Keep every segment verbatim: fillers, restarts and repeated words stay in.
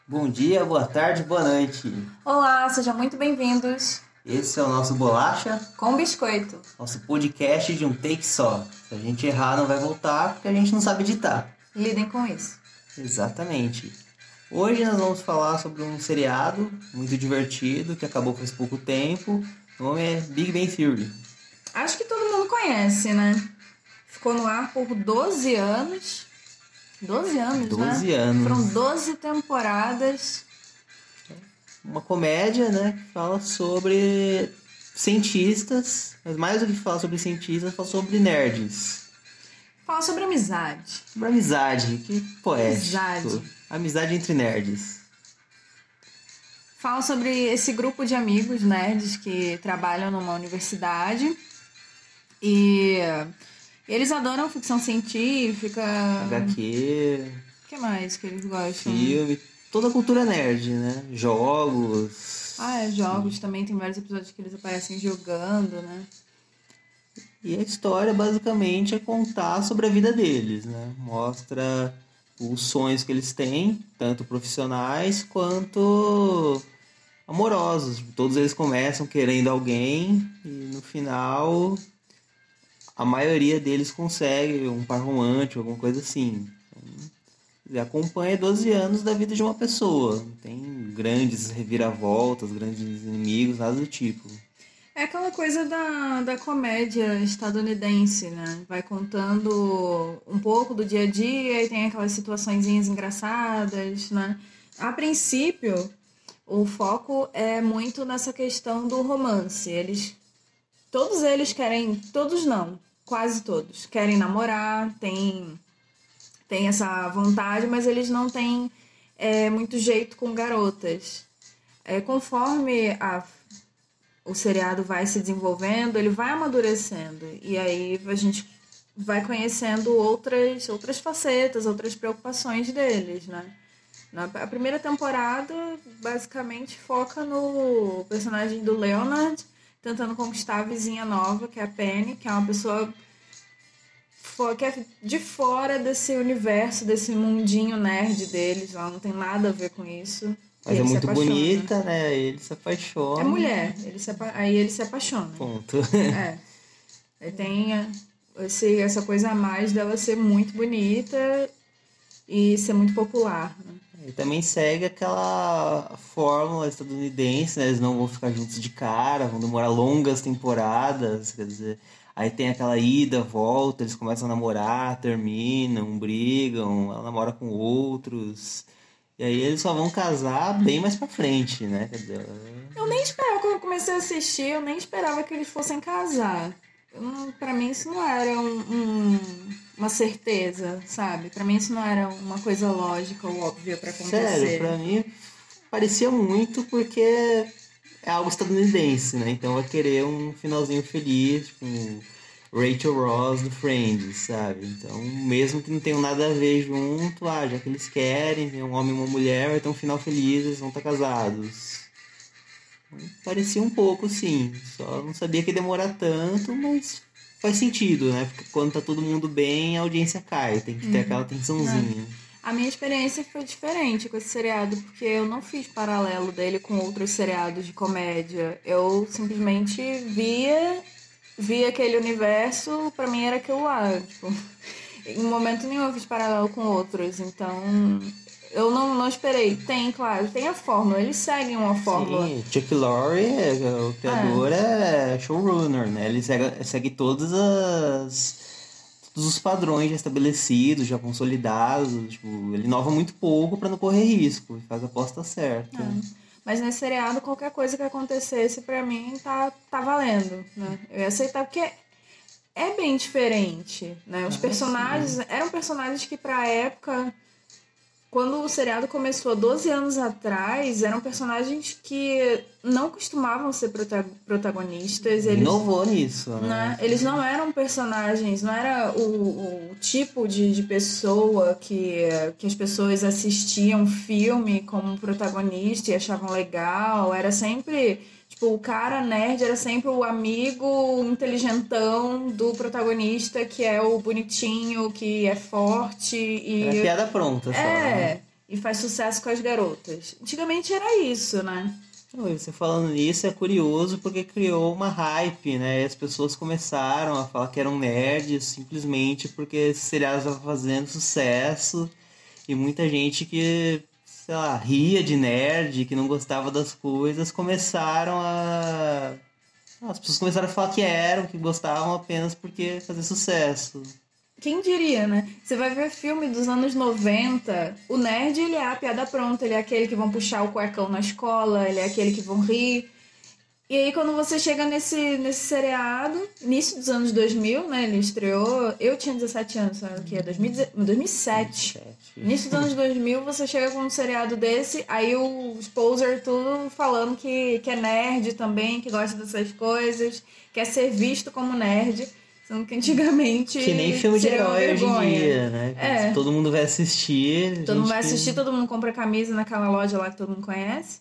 Bom dia, boa tarde, boa noite. Olá, sejam muito bem-vindos Esse é o nosso Bolacha, com Biscoito. nosso podcast de um take só. Se a gente errar, não vai voltar porque a gente não sabe editar. Lidem com isso. Exatamente. Hoje nós vamos falar sobre um seriado muito divertido que acabou faz pouco tempo. O nome é Big Bang Theory. Acho que todo mundo conhece, né? Ficou no ar por doze anos. doze anos, né? doze anos. Foram doze temporadas. Uma comédia, né, que fala sobre cientistas, mas mais do que falar sobre cientistas, fala sobre nerds. Fala sobre amizade. Sobre amizade, que poético. Amizade. Amizade entre nerds. Fala sobre esse grupo de amigos nerds que trabalham numa universidade. E eles adoram ficção científica. H Q, O que mais que eles gostam? filme, toda a cultura nerd, né? Jogos. Ah, é, jogos também. Tem vários episódios que eles aparecem jogando, né? E a história basicamente é contar sobre a vida deles, né? Mostra os sonhos que eles têm, tanto profissionais quanto amorosos. Todos eles começam querendo alguém e no final a maioria deles consegue um par romântico, alguma coisa assim. Então, acompanha doze anos da vida de uma pessoa. Não tem grandes reviravoltas, grandes inimigos, nada do tipo. É aquela coisa da, da comédia estadunidense, né? Vai contando um pouco do dia a dia e tem aquelas situaçõezinhas engraçadas, né? A princípio, o foco é muito nessa questão do romance. Eles, todos eles querem, todos não, quase todos, querem namorar, tem, tem essa vontade, mas eles não têm é, muito jeito com garotas. É, conforme a o seriado vai se desenvolvendo, ele vai amadurecendo. E aí a gente vai conhecendo outras, outras facetas, outras preocupações deles, né? A primeira temporada, basicamente, foca no personagem do Leonard tentando conquistar a vizinha nova, que é a Penny, que é uma pessoa que é de fora desse universo, desse mundinho nerd deles. Ela não tem nada a ver com isso. Mas é muito bonita, né? Ele se apaixona. É mulher, ele se apa... aí ele se apaixona. Ponto. É. Aí tem esse, essa coisa a mais dela ser muito bonita e ser muito popular. Né? E também segue aquela fórmula estadunidense, né? Eles não vão ficar juntos de cara, vão demorar longas temporadas, quer dizer... Aí tem aquela ida, volta, eles começam a namorar, terminam, brigam, ela namora com outros... E aí eles só vão casar bem mais pra frente, né? Quer dizer, eu nem esperava, quando eu comecei a assistir, eu nem esperava que eles fossem casar. Eu, pra mim isso não era um, um, uma certeza, sabe? Pra mim isso não era uma coisa lógica ou óbvia pra acontecer. Sério, pra mim parecia muito porque é algo estadunidense, né? Então vai querer um finalzinho feliz, tipo... Rachel Ross do Friends, sabe? Então, mesmo que não tenham nada a ver junto, ah, já que eles querem, tem um homem e uma mulher, vai ter um final feliz, eles vão estar casados. Parecia um pouco, sim. Só não sabia que ia demorar tanto, mas faz sentido, né? Porque quando tá todo mundo bem, a audiência cai. Tem que ter uhum. aquela tensãozinha. A minha experiência foi diferente com esse seriado, porque eu não fiz paralelo dele com outros seriados de comédia. Eu simplesmente via... vi aquele universo, pra mim era aquilo lá, tipo, em momento nenhum eu fiz paralelo com outros, então eu não, não esperei. Tem, claro, tem a fórmula, eles seguem uma fórmula. Sim, Chuck Lorre, o criador, é, é showrunner, né? Ele segue, segue todas as, todos os padrões já estabelecidos, já consolidados, tipo, ele inova muito pouco pra não correr risco, faz a aposta certa. É. Mas nesse seriado, qualquer coisa que acontecesse, pra mim, tá, tá valendo, né? Eu ia aceitar, porque é bem diferente, né? Os personagens... Eram personagens que, pra época... Quando o seriado começou doze anos atrás, eram personagens que não costumavam ser prota- protagonistas. Eles, inovou nisso, né? né? Eles não eram personagens, não era o, o tipo de, de pessoa que, que as pessoas assistiam filme como protagonista e achavam legal. Era sempre... Tipo, o cara nerd era sempre o amigo inteligentão do protagonista, que é o bonitinho, que é forte e... Era piada pronta, só. É, Né? e faz sucesso com as garotas. Antigamente era isso, né? Você falando nisso é curioso porque criou uma hype, né? E as pessoas começaram a falar que eram nerds simplesmente porque esse seriado estava fazendo sucesso e muita gente que, sei lá, ria de nerd, que não gostava das coisas, começaram a... As pessoas começaram a falar que eram, que gostavam apenas porque fazia sucesso. Quem diria, né? Você vai ver filme dos anos noventa, o nerd, ele é a piada pronta, ele é aquele que vão puxar o cuecão na escola, ele é aquele que vão rir. E aí, quando você chega nesse, nesse seriado, início dos anos dois mil, né? Ele estreou... Eu tinha dezessete anos, sabe o que é? dois mil e sete. Início dos anos dois mil, você chega com um seriado desse, aí os poser tudo falando que, que é nerd também, que gosta dessas coisas, quer ser visto como nerd. Sendo que antigamente... Que nem filme de herói hoje em dia, né? É. Todo mundo vai assistir. Todo mundo vai que... assistir, todo mundo compra camisa naquela loja lá que todo mundo conhece.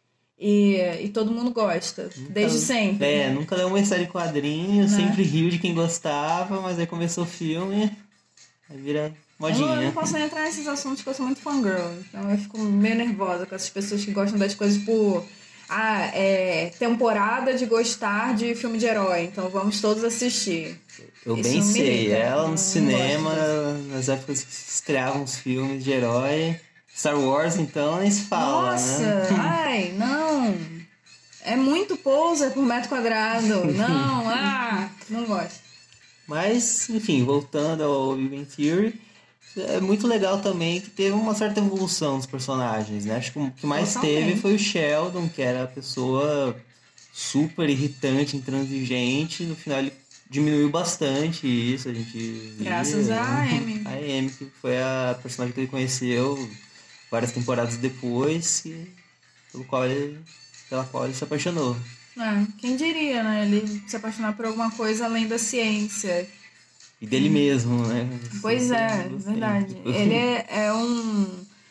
E, e todo mundo gosta, nunca, desde sempre. É, nunca leu uma história de quadrinhos, né? Sempre riu de quem gostava, mas aí começou o filme, aí vira modinha. Eu não, eu não posso nem entrar nesses assuntos porque eu sou muito fangirl, então eu fico meio nervosa com essas pessoas que gostam das coisas por... Ah, é temporada de gostar de filme de herói, então vamos todos assistir. Eu Isso bem sei, irrita. ela no não, cinema, não nas épocas que se estreavam os filmes de herói. Star Wars, então, nem se fala, Nossa, né? ai, não. É muito poser por metro quadrado. Não, ah, não gosto. Mas, enfim, voltando ao Big Bang Theory, é muito legal também que teve uma certa evolução dos personagens, né? Acho que o que mais Totalmente. teve foi o Sheldon, que era a pessoa super irritante, intransigente. No final ele diminuiu bastante isso, a gente via. Graças a Amy. A Amy, que foi a personagem que ele conheceu várias temporadas depois, e pelo qual ele, pela qual ele se apaixonou. É, quem diria, né? Ele se apaixonar por alguma coisa além da ciência. E dele hum. mesmo, né? Pois é, verdade. Ele é, é um...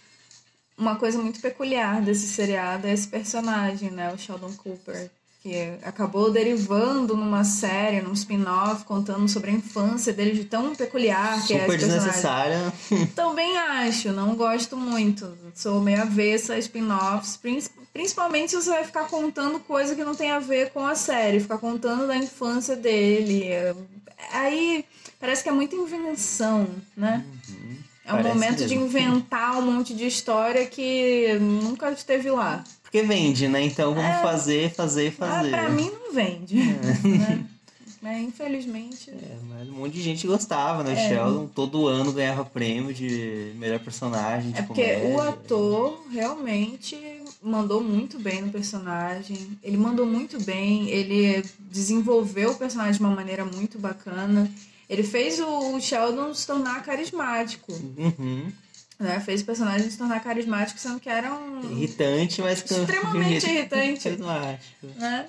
Uma coisa muito peculiar desse seriado é esse personagem, né? O Sheldon Cooper. Que acabou derivando numa série, num spin-off, contando sobre a infância dele de tão peculiar que Super é esse desnecessária. Também acho, não gosto muito. Sou meio avessa a spin-offs, principalmente se você vai ficar contando coisa que não tem a ver com a série, ficar contando da infância dele. Aí parece que é muita invenção, né? Uhum. É um momento mesmo. de inventar um monte de história que nunca esteve lá. Porque vende, né? Então vamos é... fazer, fazer, fazer. Ah, pra mim não vende. É. Né? Mas infelizmente... É, mas um monte de gente gostava, né? É. Sheldon todo ano ganhava prêmio de melhor personagem de É porque comédia. o ator realmente mandou muito bem no personagem. Ele mandou muito bem. Ele desenvolveu o personagem de uma maneira muito bacana. Ele fez o Sheldon se tornar carismático. Uhum. Né? Fez o personagem se tornar carismático, sendo que era um... Irritante, mas... Extremamente irritante. Carismático. Né?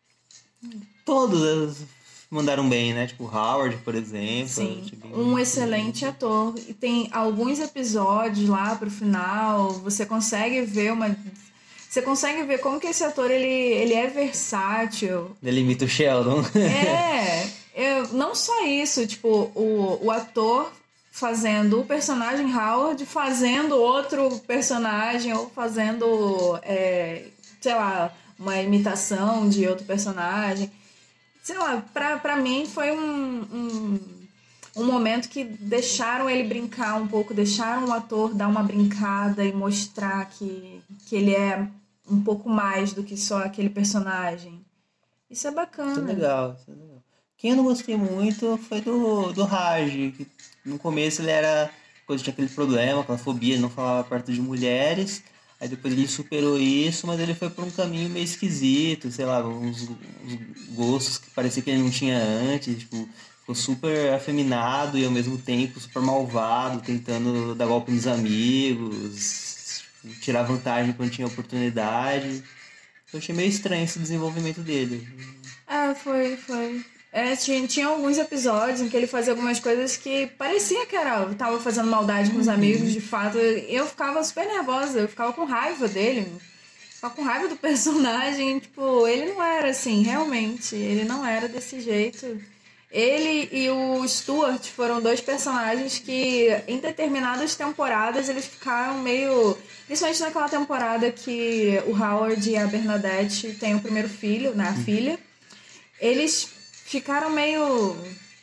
Todos mandaram bem, né? Tipo, Howard, por exemplo. Sim, um excelente ator. E tem alguns episódios lá pro final, você consegue ver uma... Você consegue ver como que esse ator, ele, ele é versátil. Ele imita o Sheldon. É, eu, não só isso, tipo, o, o ator fazendo o personagem Howard, fazendo outro personagem, ou fazendo, é, sei lá, uma imitação de outro personagem. Sei lá, pra, pra mim foi um, um, um momento que deixaram ele brincar um pouco, deixaram o ator dar uma brincada e mostrar que, que ele é um pouco mais do que só aquele personagem. Isso é bacana. Isso é legal, isso é legal. Quem eu não gostei muito foi do, do Raj, que no começo ele era, quando tinha aquele problema, aquela fobia, ele não falava perto de mulheres. Aí depois ele superou isso, mas ele foi por um caminho meio esquisito, sei lá, uns, uns gostos que parecia que ele não tinha antes, tipo, ficou super afeminado e ao mesmo tempo super malvado, tentando dar golpe nos amigos, tipo, tirar vantagem quando tinha oportunidade. Eu achei meio estranho esse desenvolvimento dele. É, foi, foi. É, tinha, tinha alguns episódios em que ele fazia algumas coisas que parecia que era, tava fazendo maldade com os amigos, de fato. Eu ficava super nervosa, eu ficava com raiva dele, ficava com raiva do personagem. Tipo, ele não era assim, realmente, ele não era desse jeito. Ele e o Stuart foram dois personagens que, em determinadas temporadas, eles ficaram meio... Principalmente naquela temporada que o Howard e a Bernadette têm o primeiro filho, né, a filha. Eles ficaram meio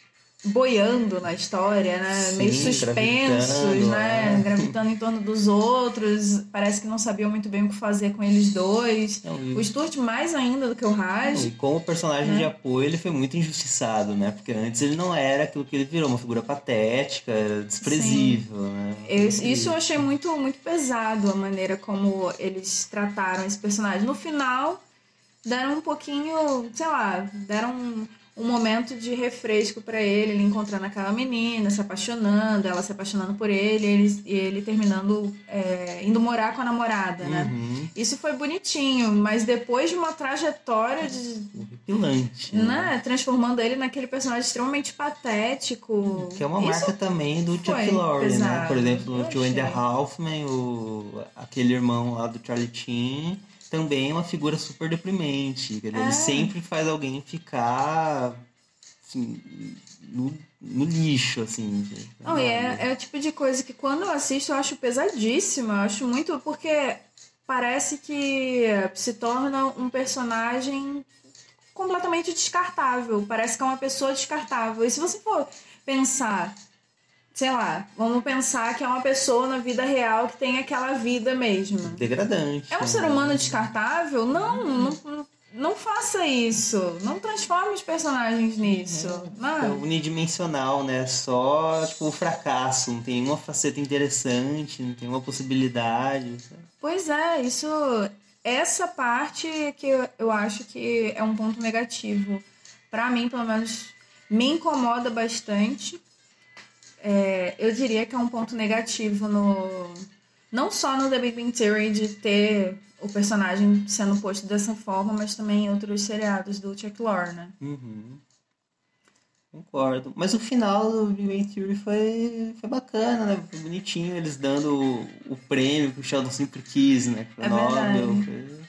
boiando na história, né? Sim, meio suspensos, né? é. Gravitando em torno dos outros. Parece que não sabiam muito bem o que fazer com eles dois. Não, e... O Stuart mais ainda do que o Raj. E como personagem né? de apoio, ele foi muito injustiçado, né? Porque antes ele não era aquilo que ele virou, uma figura patética, desprezível, Sim. né? Eu, isso eu achei muito, muito pesado, a maneira como eles trataram esse personagem. No final, deram um pouquinho, sei lá, deram um, um momento de refresco pra ele, ele encontrando aquela menina, se apaixonando, ela se apaixonando por ele, ele e ele terminando é, indo morar com a namorada, né? Uhum. Isso foi bonitinho, mas depois de uma trajetória de... Horripilante, né? né? Transformando ele naquele personagem extremamente patético. Que é uma Isso marca também do Chuck foi Lorre, né? pesado. Por exemplo, Eu o Two and the achei. Halfmen, o... aquele irmão lá do Charlie Sheen, também é uma figura super deprimente. Ele É. sempre faz alguém ficar assim, no, no lixo, assim. Não, e é, é o tipo de coisa que quando eu assisto eu acho pesadíssima. Eu acho muito... Porque parece que se torna um personagem completamente descartável. Parece que é uma pessoa descartável. E se você for pensar... Sei lá, vamos pensar que é uma pessoa na vida real que tem aquela vida mesmo. Degradante. É um né? ser humano descartável? Não, não, não faça isso. Não transforme os personagens nisso. É Não. unidimensional, né? Só, tipo, o fracasso. Não tem uma faceta interessante, não tem uma possibilidade. Sabe? Pois é, isso... Essa parte que eu, eu acho que é um ponto negativo. Pra mim, pelo menos, me incomoda bastante. É, eu diria que é um ponto negativo no... Não só no The Big Bang Theory de ter o personagem sendo posto dessa forma, mas também em outros seriados do Chuck Lorre, né? Uhum. Concordo. Mas o final do Big Bang Theory foi, foi bacana, né? Foi bonitinho, eles dando o, o prêmio que o Sheldon sempre quis, né? Pro É Nobel. verdade. Foi...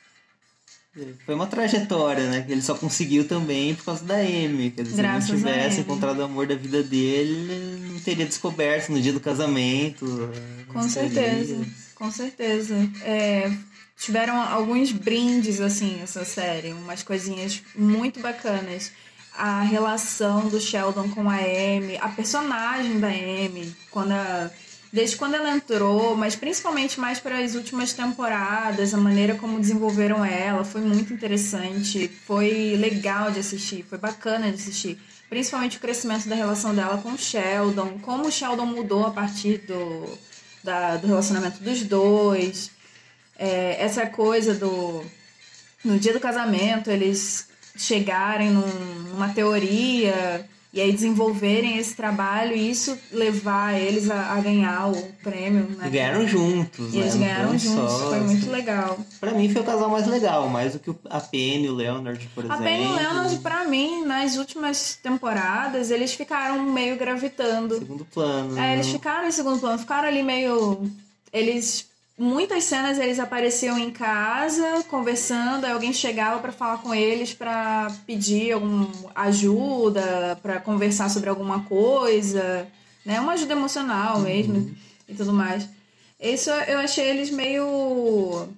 Foi uma trajetória, né? Que ele só conseguiu também por causa da Amy. Quer dizer, Graças se ele não a tivesse Amy. encontrado o amor da vida dele, ele não teria descoberto no dia do casamento. Com não certeza, seria. com certeza. É, tiveram alguns brindes, assim, essa série. Umas coisinhas muito bacanas. A relação do Sheldon com a Amy, a personagem da Amy, quando a... Desde quando ela entrou, mas principalmente mais para as últimas temporadas, a maneira como desenvolveram ela foi muito interessante, foi legal de assistir, foi bacana de assistir. Principalmente o crescimento da relação dela com o Sheldon, como o Sheldon mudou a partir do, da, do relacionamento dos dois. É, essa coisa do... No dia do casamento, eles chegarem num, numa teoria... E aí desenvolverem esse trabalho e isso levar eles a, a ganhar o prêmio, né? E ganharam juntos, E né? eles Não ganharam foi juntos, só, foi muito assim. legal. Pra mim foi o casal mais legal, mais do que o- a Penny e o Leonard, por A exemplo. Penny e o Leonard, pra mim, nas últimas temporadas, eles ficaram meio gravitando. Segundo plano. É, eles né? ficaram em segundo plano, ficaram ali meio... Eles... Muitas cenas eles apareciam em casa, conversando, aí alguém chegava pra falar com eles pra pedir alguma ajuda, pra conversar sobre alguma coisa, né? Uma ajuda emocional mesmo Uhum. e tudo mais. Isso eu achei eles meio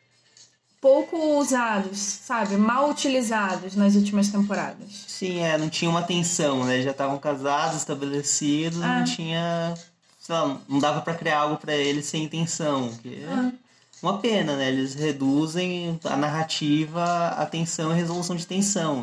pouco usados, sabe? Mal utilizados nas últimas temporadas. Sim, é, não tinha uma tensão, né? Já estavam casados, estabelecidos, Ah. não tinha... Sei lá, não dava pra criar algo pra eles sem tensão. Que é Ah. uma pena, né? Eles reduzem a narrativa à tensão e resolução de tensão.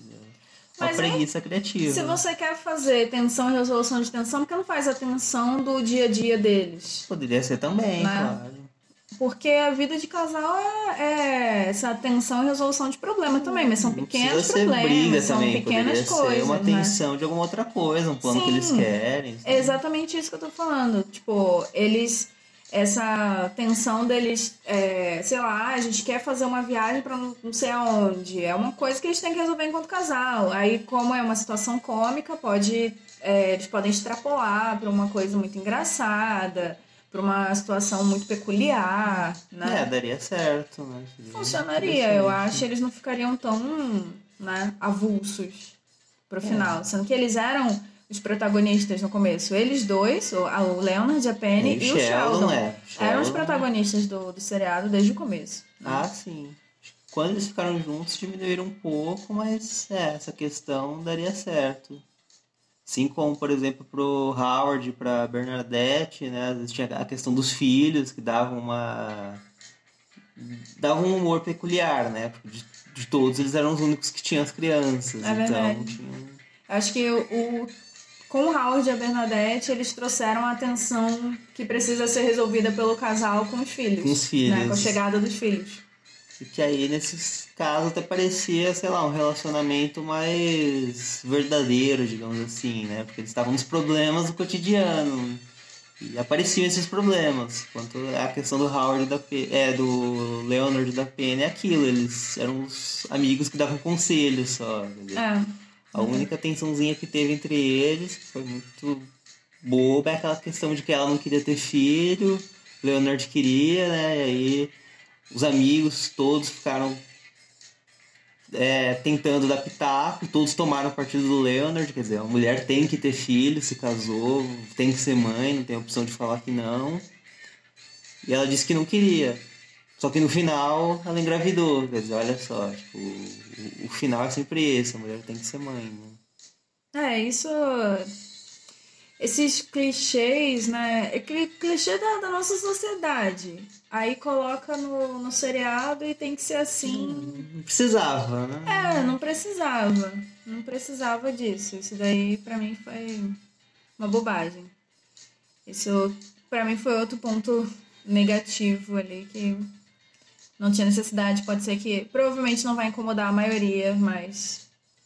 Uma Mas preguiça criativa. Se você quer fazer tensão e resolução de tensão, por que não faz a tensão do dia a dia deles? Poderia ser também, Né? claro. Porque a vida de casal é, é essa tensão e resolução de problema também, mas são Não pequenos precisa ser problemas, briga são também, pequenas poderia coisas, ser uma né? tensão de alguma outra coisa, um plano Sim, que eles querem. É exatamente isso que eu tô falando. Tipo, eles... Essa tensão deles, é, sei lá, a gente quer fazer uma viagem pra não não sei aonde. É uma coisa que eles têm que resolver enquanto casal. Aí, como é uma situação cômica, pode, é, eles podem extrapolar pra uma coisa muito engraçada, pra uma situação muito peculiar, né? É, daria certo, né? Seria Funcionaria, eu acho. Eles não ficariam tão, né, avulsos pro final. Sendo que eles eram os protagonistas no começo. Eles dois, o, o Leonard, a Penny É, e o Sheldon, é. eram os Sheldon. protagonistas do, do seriado desde o começo. Ah, sim. Quando eles ficaram juntos, diminuíram um pouco, mas é, essa questão daria certo. Assim como, por exemplo, pro Howard e pra Bernadette, né? Às vezes tinha a questão dos filhos, que davam uma... davam um humor peculiar, né? Porque de, de todos, eles eram os únicos que tinham as crianças. É então, verdade. tinham... Acho que o, o, com o Howard e a Bernadette, eles trouxeram a tensão que precisa ser resolvida pelo casal com os filhos. Com os filhos. Né? Com a chegada dos filhos. E que aí, nesses casos, até parecia, sei lá, um relacionamento mais verdadeiro, digamos assim, né? Porque eles estavam nos problemas do cotidiano. E apareciam esses problemas. Quanto à questão do Howard e da P... é, do Leonard e da Penny, é aquilo. Eles eram os amigos que davam conselhos só. É. A única tensãozinha que teve entre eles, que foi muito boba, é aquela questão de que ela não queria ter filho, Leonard queria, né? E aí os amigos todos ficaram é, tentando dar pitaco, todos tomaram o partido do Leonard, quer dizer, a mulher tem que ter filho, se casou, tem que ser mãe, não tem opção de falar que não. E ela disse que não queria. Só que no final ela engravidou, quer dizer, olha só, tipo, o, o final é sempre esse, a mulher tem que ser mãe, né? É, isso... Esses clichês, né? É clichê da, da nossa sociedade. Aí coloca no, no seriado e tem que ser assim. Não precisava, né? É, não precisava. Não precisava disso. Isso daí, pra mim, foi uma bobagem. Isso, pra mim, foi outro ponto negativo ali que não tinha necessidade. Pode ser que provavelmente não vai incomodar a maioria, mas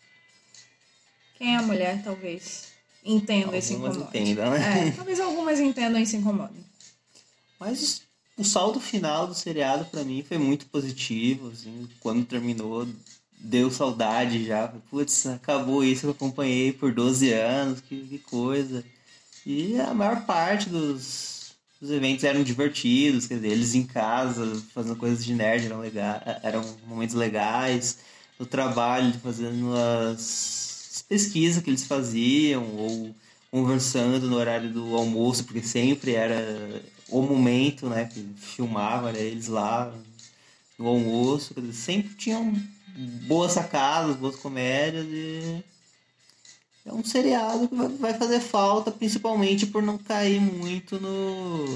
quem é a mulher, talvez entenda e se incomode. Algumas entendam, né? É, talvez algumas entendam e se incomodem. Mas o saldo final do seriado, pra mim, foi muito positivo, assim, quando terminou, deu saudade já. Putz, acabou isso que eu acompanhei por doze anos, que, que coisa. E a maior parte dos, dos eventos eram divertidos, quer dizer, eles em casa, fazendo coisas de nerd, eram, legais, eram momentos legais. No trabalho, fazendo as pesquisas que eles faziam, ou conversando no horário do almoço, porque sempre era o momento, né, que filmava, né, eles lá no almoço, quer dizer, sempre tinham boas sacadas, boas comédias, e é um seriado que vai fazer falta, principalmente por não cair muito no,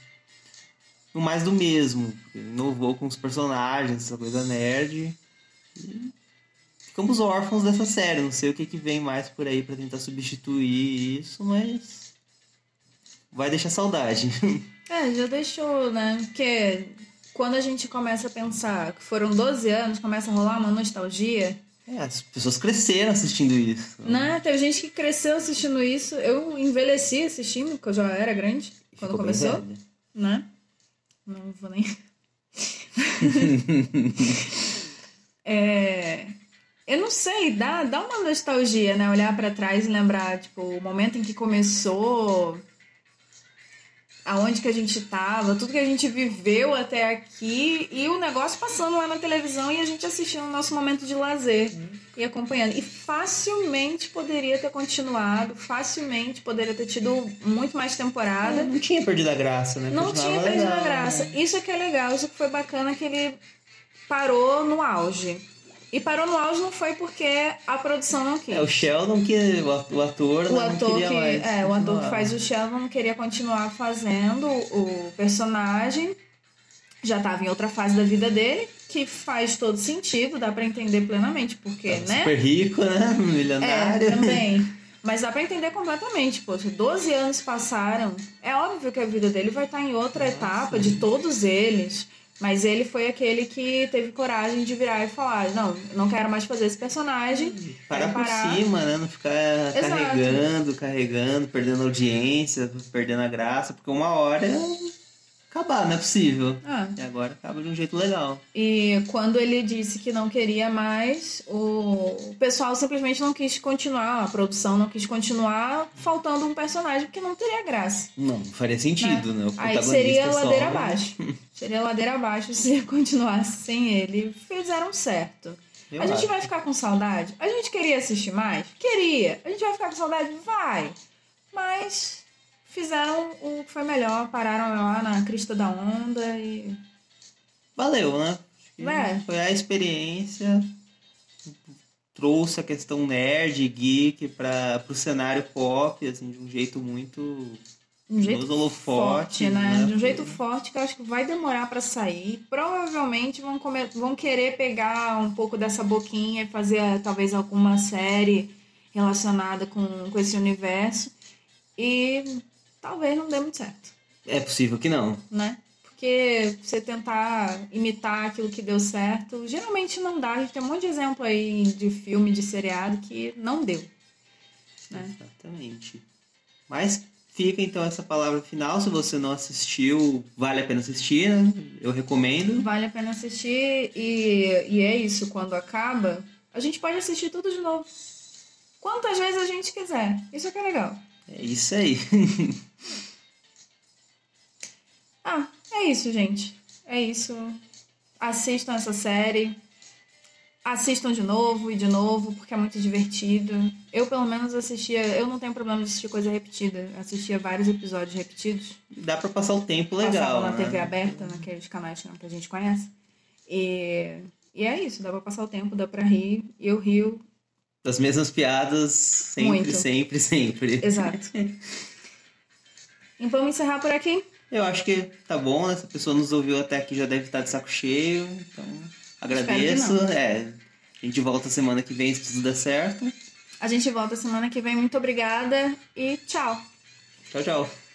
no mais do mesmo, porque inovou com os personagens, essa coisa nerd, e ficamos órfãos dessa série. Não sei o que, que vem mais por aí pra tentar substituir isso, mas vai deixar saudade. É, já deixou, né? Porque quando a gente começa a pensar que foram doze anos, começa a rolar uma nostalgia. É, as pessoas cresceram assistindo isso. Né? Teve gente que cresceu assistindo isso. Eu envelheci assistindo, porque eu já era grande quando Ficou começou. bem velha. Né? Não vou nem... é... Eu não sei, dá, dá uma nostalgia, né? Olhar pra trás e lembrar, tipo, o momento em que começou, aonde que a gente tava, tudo que a gente viveu até aqui e o negócio passando lá na televisão e a gente assistindo o nosso momento de lazer uhum. e acompanhando. E facilmente poderia ter continuado, facilmente poderia ter tido muito mais temporada. Não, não tinha perdido a graça, né? Não Continuava tinha perdido legal, a graça. Né? Isso é que é legal, isso que foi bacana, que ele parou no auge. E parou no auge não foi porque a produção não quis. É, o Sheldon, que, o ator, o não ator queria que, mais. É, o ator que faz o Sheldon não queria continuar fazendo o personagem. Já estava em outra fase da vida dele, que faz todo sentido, dá pra entender plenamente, porque, é, né? Super rico, né? Milionário. É, também. Mas dá pra entender completamente, poxa, doze anos passaram, é óbvio que a vida dele vai estar em outra Nossa. etapa de todos eles. Mas ele foi aquele que teve coragem de virar e falar, não, não quero mais fazer esse personagem. Parar por cima, né? Não ficar Exato. carregando, carregando, perdendo audiência, perdendo a graça, porque uma hora acabar, não é possível. Ah. E agora acaba de um jeito legal. E quando ele disse que não queria mais, o pessoal simplesmente não quis continuar, a produção não quis continuar, faltando um personagem, porque não teria graça. Não, faria sentido, né? né? O Aí seria ladeira só... abaixo. Seria ladeira abaixo se continuasse sem ele. Fizeram certo. Eu a gente acho. vai ficar com saudade? A gente queria assistir mais? Queria. A gente vai ficar com saudade? Vai. Mas fizeram o que foi melhor, pararam lá na crista da onda e... Valeu, né? É. Foi a experiência, trouxe a questão nerd, geek para o cenário pop, assim, de um jeito muito... Um jeito nos holofotes, forte, né? né? De um jeito forte que eu acho que vai demorar pra sair. Provavelmente vão, come... vão querer pegar um pouco dessa boquinha e fazer talvez alguma série relacionada com, com esse universo. E talvez não dê muito certo, É possível que não. né? Porque você tentar imitar aquilo que deu certo, geralmente não dá. A gente tem um monte de exemplo aí de filme, de seriado que não deu, né? Exatamente. Mas fica então essa palavra final. Se você não assistiu, vale a pena assistir, né? Eu recomendo. Vale a pena assistir e, e é isso, quando acaba, a gente pode assistir tudo de novo. Quantas vezes a gente quiser. Isso é que é legal. É isso aí. Ah, é isso, gente. É isso. Assistam essa série. Assistam de novo e de novo, porque é muito divertido. Eu, pelo menos, assistia... Eu não tenho problema de assistir coisa repetida. Assistia vários episódios repetidos. Dá pra passar o tempo legal, Passava na né? T V aberta, naqueles canais que a gente conhece. E, e é isso. Dá pra passar o tempo, dá pra rir. E eu rio. Das mesmas piadas, sempre, Muito. sempre, sempre. Exato. Então, vamos encerrar por aqui. Eu acho que tá bom, né? Se a pessoa nos ouviu até aqui já deve estar de saco cheio. Então, agradeço. Espero que não. É, a gente volta semana que vem se tudo der certo. A gente volta semana que vem. Muito obrigada e tchau. Tchau, tchau.